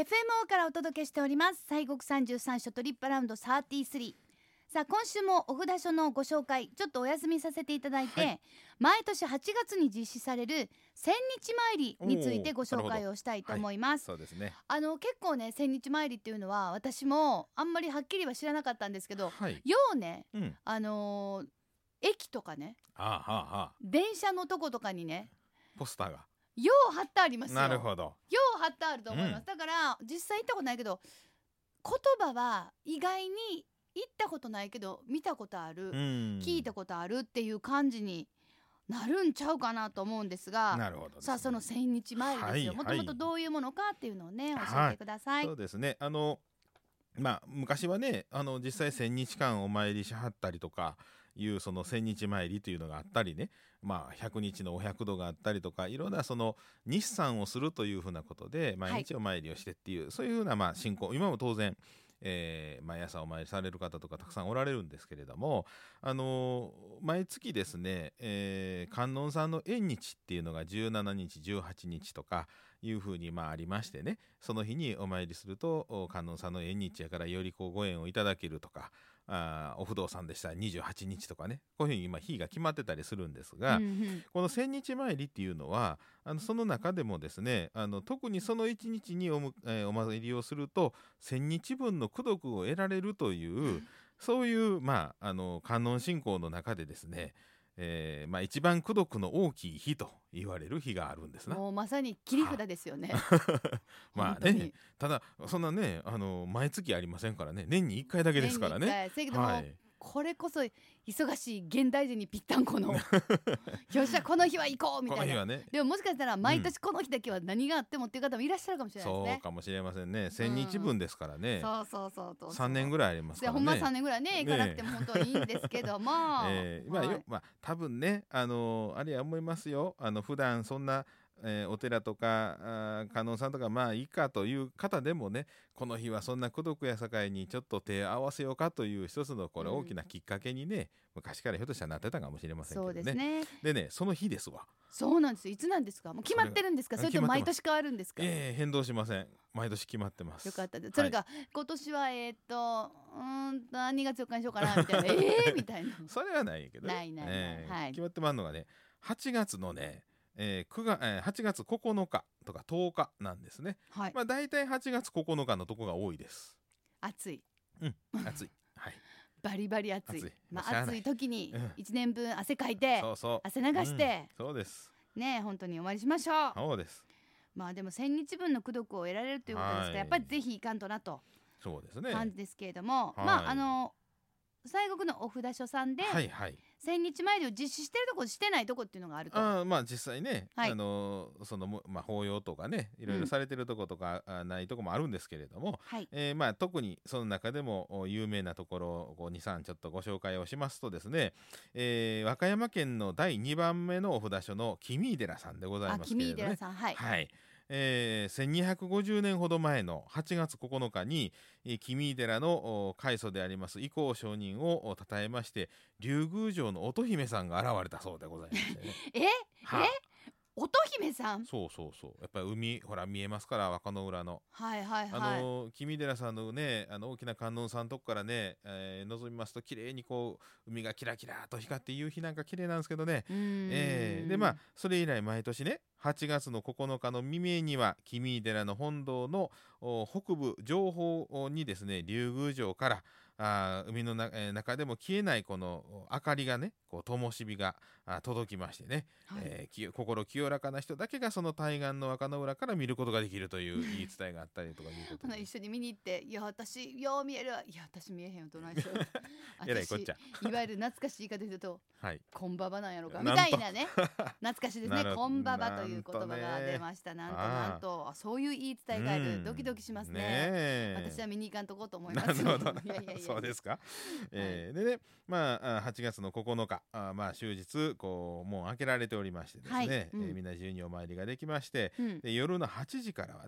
FMO からお届けしております西国33所トリップアラウンド33。さあ今週もお札書のご紹介ちょっとお休みさせていただいて、はい、毎年8月に実施される千日参りについてご紹介をしたいと思います。 そうですね。 結構ね千日参りっていうのは私もあんまりはっきりは知らなかったんですけど、 はい、 ようね、駅とかね、電車のとことかにねポスターがよう貼ってありますよ。 なるほど。 よう貼ってあると思います、だから実際行ったことないけど言葉は意外に行ったことないけど見たことある、聞いたことあるっていう感じになるんちゃうかなと思うんですが、 なるほどですね。 さあその千日参りですよ、もともとどういうものかっていうのをね教えてください。 そうですね。昔はね実際千日間お参りしはったりとかいうその千日参りというのがあったりね、100日のお百度があったりとかいろんなその日参をするというふうなことで毎日お参りをしてっていう、そういうふうな信仰今も当然毎朝お参りされる方とかたくさんおられるんですけれども、毎月ですね、観音さんの縁日っていうのが17日18日とかいうふうにありましてね、その日にお参りすると観音さんの縁日やからよりご縁をいただけるとか、お不動さんでしたら28日とかね、こういうふうに今日が決まってたりするんですが、この千日参りっていうのはその中でもですね特にその一日にお参りをすると千日分の功徳を得られるというそういう観音信仰の中でですね、一番功徳の大きい日と言われる日があるんですな。 もうまさに切り札ですよね。 ね、ただそんなね毎月ありませんからね、年に1回だけですからね。 これこそ忙しい現代人にぴったんこのよっしゃこの日は行こうみたいな、ね、でももしかしたら毎年この日だけは何があってもっていう方もいらっしゃるかもしれないですね。 そうかもしれませんね。千日分ですからね、 そう 3年ぐらいありますからね。 ほんま3年ぐらいね行かなくても本当にいいんですけども、 多分ねあれは思いますよ。普段そんなお寺とか観音さんとかいいかという方でもね、この日はそんな功徳やさかいにちょっと手を合わせようかという一つのこれ大きなきっかけにね、昔からひょっとしたらなってたかもしれませんけどね。 そうですね。 でね、その日ですわ。 そうなんです。いつなんですか。もう決まってるんですか。それとも毎年変わるんですか。 変動しません。毎年決まってます。 よかったです。それが、今年は2月4日にしようかなみたいなみたいなそれはないけどね。決まってまんのがね8月のね8月9日とか10日なんですね。だいたい8月9日のとこが多いです。 暑い。 暑い。 バリバリ暑い。暑い時に1年分汗かいて汗流して、 そうですね、本当にお参りしましょう。 そうです。 でも千日分の功徳を得られるということですから、やっぱりぜひいかんとなとそうですね感じですけれども、西国のお札所さんで千日参りを実施してるとこしてないとこっていうのがあると。 実際ね、法要とかねいろいろされてるとことか、ないとこもあるんですけれども、特にその中でも有名なところを 2,3 ちょっとご紹介をしますとですね、和歌山県の第2番目のお札所の君井寺さんでございますけれどね。 君井寺さん、 1250年ほど前の8月9日に君井寺の開祖であります伊光上人をたたえまして竜宮城の乙姫さんが現れたそうでございましてね。 乙姫さん。 そうやっぱり海ほら見えますから若野浦の君井寺さんのね大きな観音さんのとこからね、覗みますと綺麗にこう海がキラキラと光って夕日なんか綺麗なんですけどね。でそれ以来毎年ね8月の9日の未明には君井寺の本堂の北部上方にですね竜宮城から海の中でも消えないこの明かりがねこう灯火が届きましてね、心清らかな人だけがその対岸の若野浦から見ることができるという言い伝えがあったりとかいうことで一緒に見に行って、いや私よう見えるわ、いや私見えへんよとないしょえらいこっちゃいわゆる懐かしい言い方で言うと、こんばばなんやろかみなんとたいなね懐かしいですね。こんばばという言葉が出ました。なんとそういう言い伝えがある。ドキドキしますね。私は見に行かんとこうと思います。 そうですか。でね8月の9日終日こうもう開けられておりましてですね、みんな自由にお参りができまして、で夜の8時からはね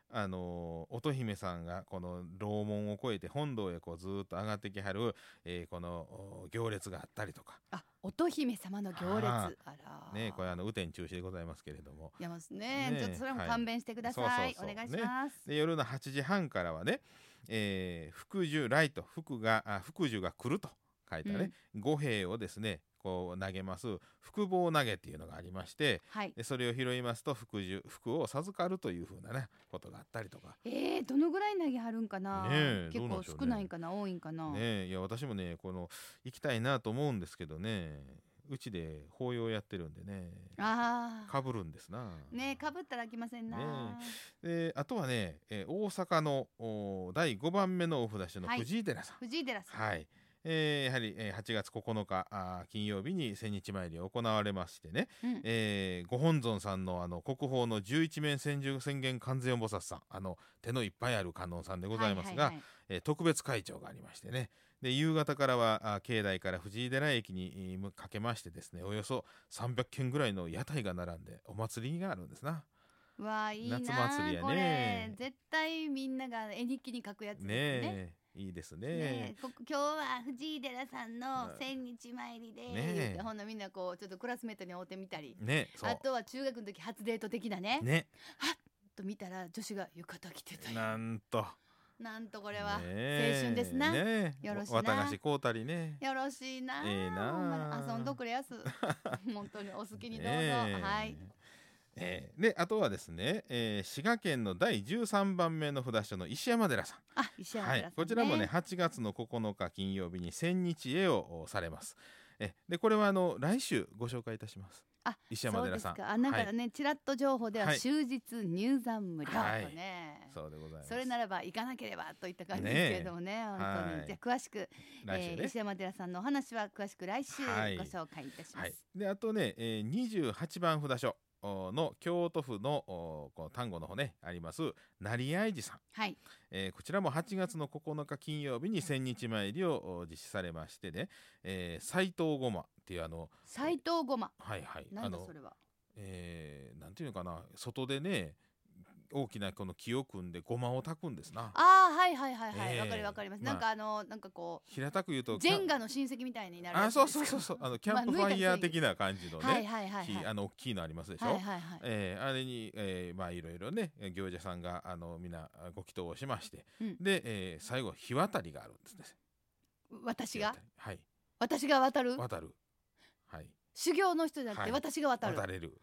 乙姫さんがこの楼門を越えて本堂へこうずーっと上がってきはる、この行列があったりとか、 乙姫様の行列、 はあらね、これ雨天中止でございますけれども、 いやますねねちょっとそれも勘弁してください、 はいそうそうそうお願いします、 で夜の8時半からはね、福寿来と福寿が来ると書いたね、五兵をですねこう投げます福棒投げっていうのがありまして、 はい、 でそれを拾いますと福を授かるというふうなねことがあったりとかどのぐらい投げはるんかな、 ねえ結構どうなんでしょうね少ないんかな、多いんかな、 ね。いや私もね行きたいなと思うんですけどね、うちで法要やってるんでねかぶるんですな。 ねかぶったらあきませんな、 であとはね、大阪の第5番目のお札所の藤井寺さん、 藤井寺さん、 はいやはり、8月9日金曜日に千日参り行われましてね、ご本尊さんの国宝の11面千手宣言観世音菩薩さん、手のいっぱいある観音さんでございますが、特別会長がありましてね、で夕方からは境内から藤井寺駅にかけましてですね、およそ300軒ぐらいの屋台が並んでお祭りがあるんですな。 わあいいな、 夏祭りやね、 これ絶対みんなが絵日記に書くやつですね。 いいですね。 今日は藤井寺さんの千日参りで、ほんのみんなこうちょっとクラスメートに会うてみたり、あとは中学の時初デート的なね、はっと見たら女子が浴衣着てたよ。なんとこれは青春ですな。よろしいな。 綿菓子買うたりね。 よろしいな。遊んどくれやす。本当にお好きにどうぞ。はい。 であとはですね、滋賀県の第13番目の札所の石山寺さん、 石山寺さんね、 こちらもね8月の9日金曜日に千日会をされます。でこれは来週ご紹介いたします。石山寺さん、 なんかね、ちらっと情報では終日入山無料とね、 そうでございます。 それならば行かなければといった感じですけれどもね、本当にじゃあ詳しく、石山寺さんのお話は詳しく来週ご紹介いたします。 であとね、28番札所の京都府のこの丹後の方ねあります成合寺さん、こちらも8月の9日金曜日に千日参りを実施されましてね、斎藤ごまっていう斎藤ごま、 なんだそれは、 なんていうのかな、外でね大きなこの木を組んでごまを炊くんですな。 わかります。なんかなんかこう平たく言うとジェンガの親戚みたいになるやつですか。そうキャンプファイヤー的な感じのね、大きいのありますでしょ。あれにいろいろね行者さんがみんなご祈祷をしまして、で最後火渡りがあるんですね。私が渡る、修行の人じゃなくて私が渡れる、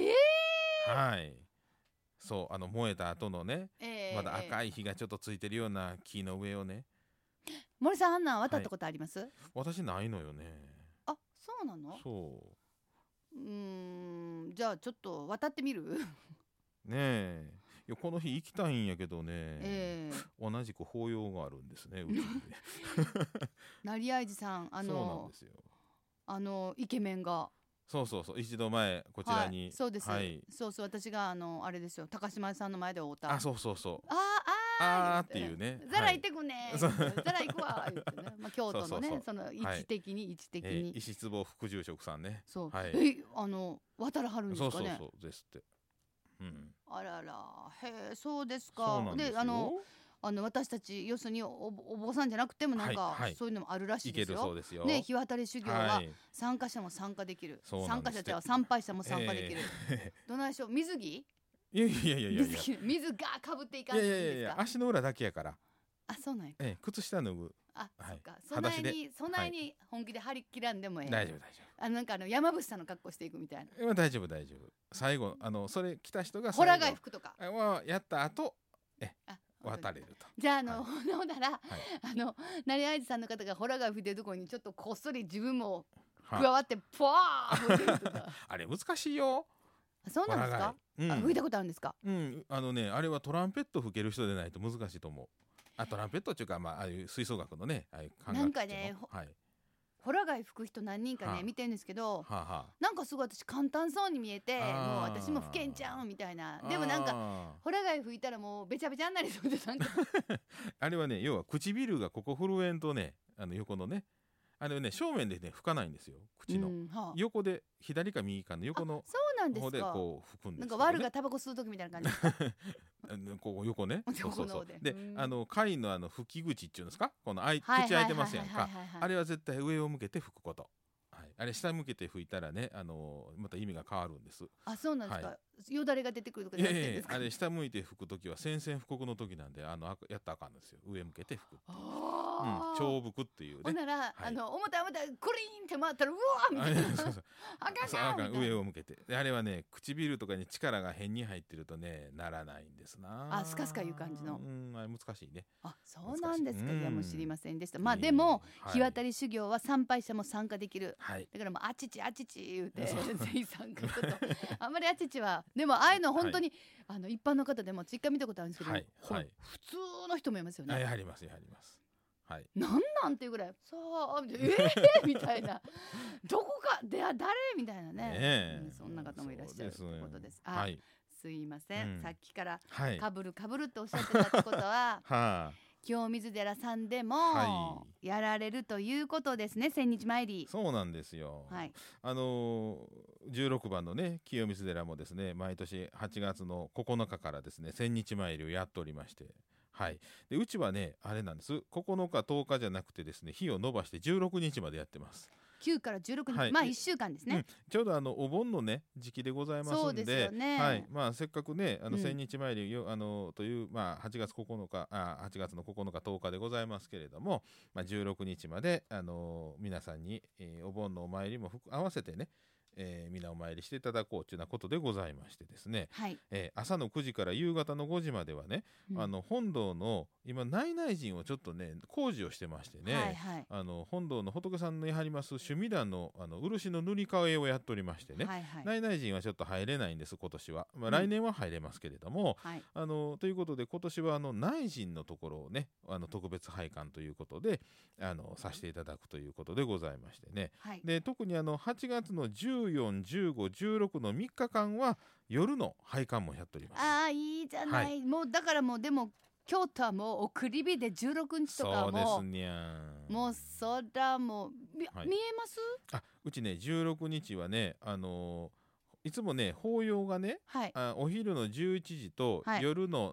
そう燃えた後のね、まだ赤い火がちょっとついてるような木の上をね。 森さんあんなん渡ったことあります？ 私ないのよね。 そうなの？じゃあちょっと渡ってみる？ねいやこの日行きたいんやけどね、同じく法要があるんですね、うちで。 成合寺さん、 そうなんですよ。 イケメンが。 一度前こちらに、 そうです、私があれですよ、高島さんの前で会うた。っていうね、ザラ行ってくね、ザラ行くわ言ってね、京都のね、その位置的に石坪副住職さんね、 渡らはるんですかね。 そうですって。 あらら、へえ、そうですか。で私たち要するにお坊さんじゃなくてもなんかそういうのもあるらしいですよ。ね、火渡り修行は参加者も参加できる。参加者じゃ参拝者も参加できる。どないしょ、水着？ いや水がかぶっていかないんですか？ 足の裏だけやから。 そうなんや。 靴下脱ぐ。 そっか。そないに本気で張り切らんでもええ。 大丈夫。 なんか山伏さんの格好していくみたいな。大丈夫。最後それ着た人がホラガイ服とかやった後渡れると。 じゃあほんなら成合寺さんの方がホラガイ吹いてるところにちょっとこっそり自分も加わってポワー吹いてるとか。 あれ難しいよ。 そうなんですか？吹いたことあるんですか？ あれはトランペット吹ける人でないと難しいと思う。トランペットっていうかああいう吹奏楽のね、 なんかね、ホラガイ吹く人何人かね見てるんですけど、なんかすごい私簡単そうに見えて、もう私も吹けんちゃうみたいな。でもなんかホラガイ吹いたらもうべちゃべちゃになりそうで、なんかあれはね、要は唇がここ震えんとね、横のね、 あれをね正面でね吹かないんですよ、口の、 はあ、 横で左か右かの横のそうなんです方でか。 こう吹くんですなんけどね。 か悪がタバコ吸う時みたいな感じですか。 こう横ねそうそうそう横の方でで貝の吹き口っていうんですか、この口はい開いてますやんか、あれれは絶対上を向けて吹くこと、はい、あれ下向けて吹いたらねまた意味が変わるんです。 あ、そうなんですか、 はよだれが出てくるとかいじゃなくてですか。 あれ下向いて吹くときは宣戦布告の時なんでやったらあかんですよ、上向けて吹くっていう、長吹くっていうね。 ほんなら、 はい、 重たいクリーンって回ったらうわーみたいなそうそうあかんそうかんみたいな。 上を向けて、であれはね唇とかに力が変に入ってるとねならないんですな。 スカスカいう感じの。 あれ難しいね。 そうなんですか。いやもう知りませんでした。 難しいでも、 はい日渡り修行は参拝者も参加できる。 はいだからもうあちちあちち言うてそうぜひ参加とあんまりあちちはでもああいうの本当に、一般の方でも実家見たことあるんですけど、 はいはい普通の人もいますよね。 やりますやります。はい。 なんていうぐらいさあみたいなどこかで誰みたいなね、そんな方もいらっしゃるということです。 はい。 すいません、さっきからはいかぶるっておっしゃってたってことは、 はあ、 清水寺さんでもやられるということですね、千日参り。 そうなんですよ。 はい、 16番のね清水寺もですね毎年8月の9日からですね千日参りをやっておりまして、はい、でうちはねあれなんです、9日10日じゃなくてですね日を延ばして16日までやってます。 9から16日、 はい、 まあ1週間ですね、 ちょうどお盆のね時期でございますんで、 そうですよね、 はい、せっかくね千日参りという、8月9日8月の9日10日でございますけれども、16日まで皆さんに、お盆のお参りも合わせてね皆お参りしていただこうというようなことでございましてですね、 はい、 朝の9時から夕方の5時まではね、本堂の今内々陣をちょっとね工事をしてましてね、 はいはい、 本堂の仏さんのやはります趣味壇の漆の塗り替えをやっておりましてね、 はいはい、 内々陣はちょっと入れないんです今年は、来年は入れますけれども、 はい、 ということで今年は内陣のところをね特別拝観ということでさせていただくということでございましてね、 はい、 で特に8月の14、15、16の3日間は夜の拝観もやっております。 いいじゃない、もうだからもうでも京都はもう送り火で16日とかもそうですにゃん、 もうそらもう見えます？ うちね16日はねいつもね法要がね、お昼の11時と夜の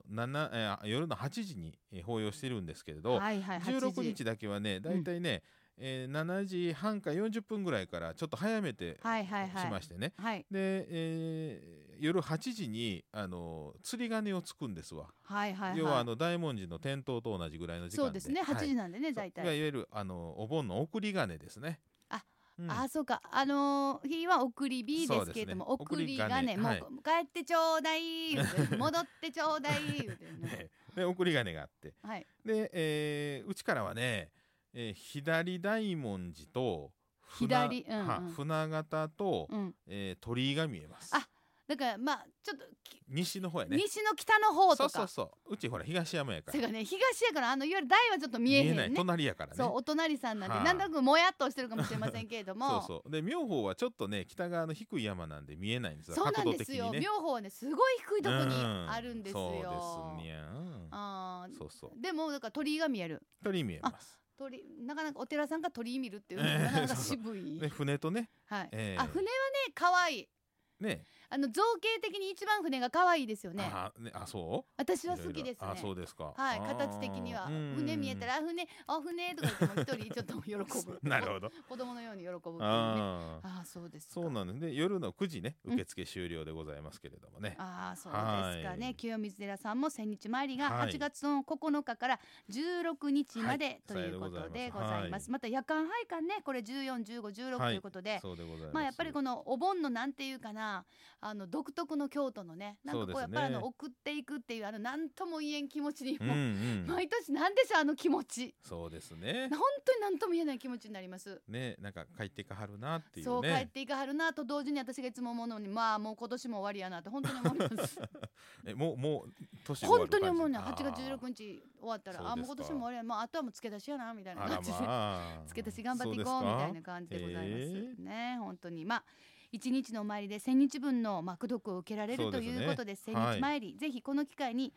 8時に法要してるんですけれど、16日だけはねだいたいね、7時半か40分ぐらいからちょっと早めてしましてね、で、夜8時に釣り鐘をつくんですわ、要は大文字の点灯と同じぐらいの時間で、 そうですね、8時なんでね、大体いわゆるお盆の送り鐘ですね。 そうか、日は送り火ですけれども、送り鐘、もう帰ってちょうだい戻ってちょうだいで送り鐘があって、で、うちからはね左大文字と船形と、鳥居が見えます。 だからちょっと西の方やね、 西の北の方とか、 うちほら東山やから、 それがね東やからいわゆる台はちょっと見えへんね、 見えない隣やからね、 そうお隣さんなんで、なんとなくもやっとしてるかもしれませんけれどもで妙法はちょっとね北側の低い山なんで見えないんですよ、 そうなんですよ、妙法はねすごい低いとこにあるんですよ、 そうですにゃん、 でもだから鳥居が見える、 鳥居見えます、 なかなかお寺さんが鳥居見るっていうのがなかなか渋い船とね、 船はね可愛いね、造形的に一番船が可愛いですよね。 そう私は好きですね。 そうですか。 形的には船見えたら船とか言っても一人ちょっと喜ぶなるほど、 子供のように喜ぶっていうね。そうですか。 そうなんですね。夜の9時ね受付終了でございますけれどもね。 そうですかね。清水寺さんも千日参りが8月の9日から16日までということでございます。また夜間拝観ね、これ14、15、16ということで、やっぱりこのお盆のなんていうかな、独特の京都のね、なんかこうやっぱり送っていくっていうなんとも言えん気持ちにも毎年なんでしょう気持ち。 そうですね。 本当になんとも言えない気持ちになります。 ね、なんか帰っていかはるなっていうね。 そう帰っていかはるなと同時に私がいつも思うのに、もう今年も終わりやなって本当に思います。 もう年終わる感じ。 本当に思うね。8月16日終わったらもう今年も終わりや、あとはもう付け出しやなみたいな感じで付け出し頑張っていこうみたいな感じでございますね。本当に1日のお参りで1000日分の功徳を受けられるということで、千日参り、ぜひこの機会に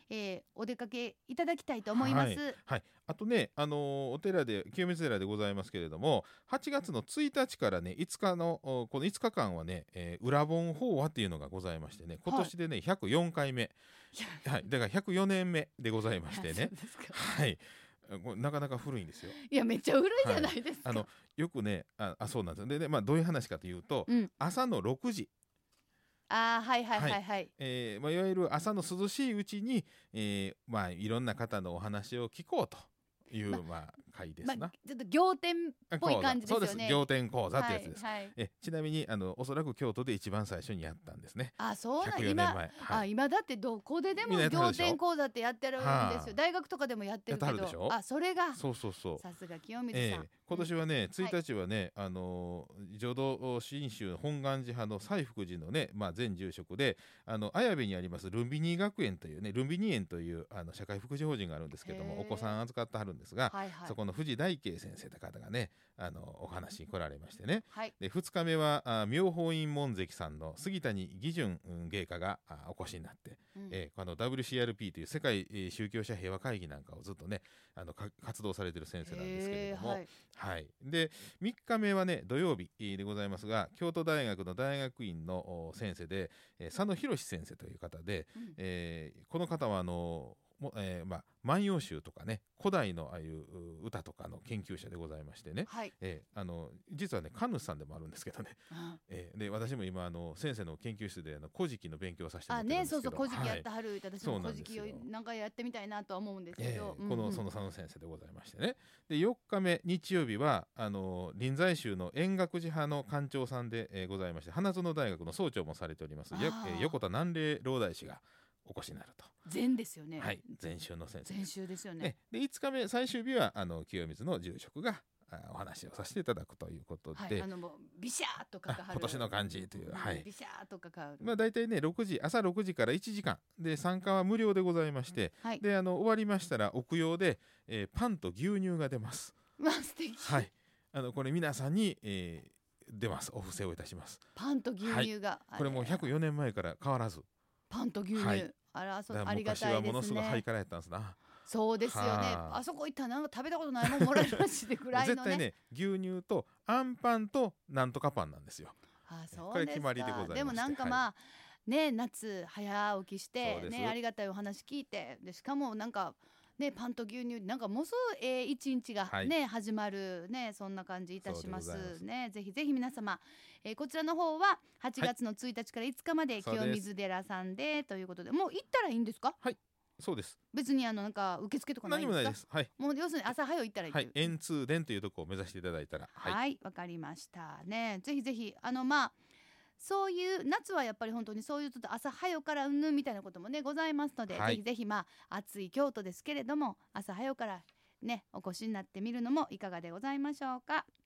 お出かけいただきたいと思います。 はい、あとね、お寺で清水寺でございますけれども、8月の1日からね5日のこの5日間はね、裏盆法話っていうのがございましてね、今年でね、104回目、はい、だから104年目でございましてね。はい、これなかなか古いんですよ。 いやめっちゃ古いじゃないですか。 よくね、そうなんですよ。でね、まあ、どういう話かというと、朝の6時、 はいはいはいはい。 まあ、いわゆる朝の涼しいうちに、まあ、いろんな方のお話を聞こうという、会ですな。 ちょっと仰天っぽい感じですよね。 そうです、仰天講座ってやつです。 はいはい、 ちなみにおそらく京都で一番最初にやったんですね。 そうなん 104年前。 今だってどこででも仰天講座ってやってるんですよ。大学とかでもやってるけど。それが。 そうそうそう。 さすが清水さん。 今年はね、1日はね、浄土真宗本願寺派の西福寺のね、前住職で、綾部にありますルンビニー学園というね、ルンビニー園という社会福祉法人があるんですけども、お子さん預かってはるんですが、そこの藤大慶先生という方がね、お話に来られましてね。で2日目は妙法院門跡さんの杉谷義順芸家がお越しになって、この WCRP という世界宗教者平和会議なんかをずっとね活動されてる先生なんですけれども、で3日目はね土曜日でございますが、京都大学の大学院の先生で佐野博先生という方で、この方は万葉集とかね、古代のああいう歌とかの研究者でございましてね、実はね神主さんでもあるんですけどね、で私も今先生の研究室で古事記の勉強をさせてもらってるんですけど、 そう古事記やってはる、私も古事記を何回やってみたいなとは思うんですけど、 その佐野先生でございましてね。で4日目日曜日は臨済宗の円覚寺派の館長さんで、ございまして、花園大学の総長もされております横田南霊老大師がお越しになると。 禅ですよね。 禅宗の先生。 禅宗ですよね。 で5日目最終日は清水の住職がお話をさせていただくということで、 ビシャーとかかる今年の漢字という、 ビシャーとかかる。 大体ね朝6時から1時間で参加は無料でございまして、で終わりましたらお供養で、パンと牛乳が出ます。 素敵。 これ皆さんに、出ます。お布施をいたします。 パンと牛乳が、 これも104年前から変わらずパンと牛乳、ありがたいですね。 昔はものすごいハイカラやったんですな。 そうですよね。あそこ行ったらなんか食べたことないもんもらえるらしいでぐらいのね。 絶対ね牛乳とあんパンとなんとかパンなんですよ。 そうですか。 これ決まりでございます。 でもなんか夏早起きしてね、ありがたいお話聞いて、でしかもなんかねパンと牛乳なんかもうすぐ一日がね、始まるね、そんな感じいたしますね。ぜひぜひ皆様、こちらの方は8月の1日から5日まで清水寺さんでということで、もう行ったらいいんですか？ そうです。 別になんか受付とかないんですか？ 何もないです。 もう要するに朝早い行ったらいい。 円通殿というところを目指していただいたら。 わかりましたね。ぜひぜひそういう夏はやっぱり本当にそういうちょっと朝早からうんぬんみたいなこともねございますので、ぜひぜひ暑い京都ですけれども朝早からねお越しになってみるのもいかがでございましょうか。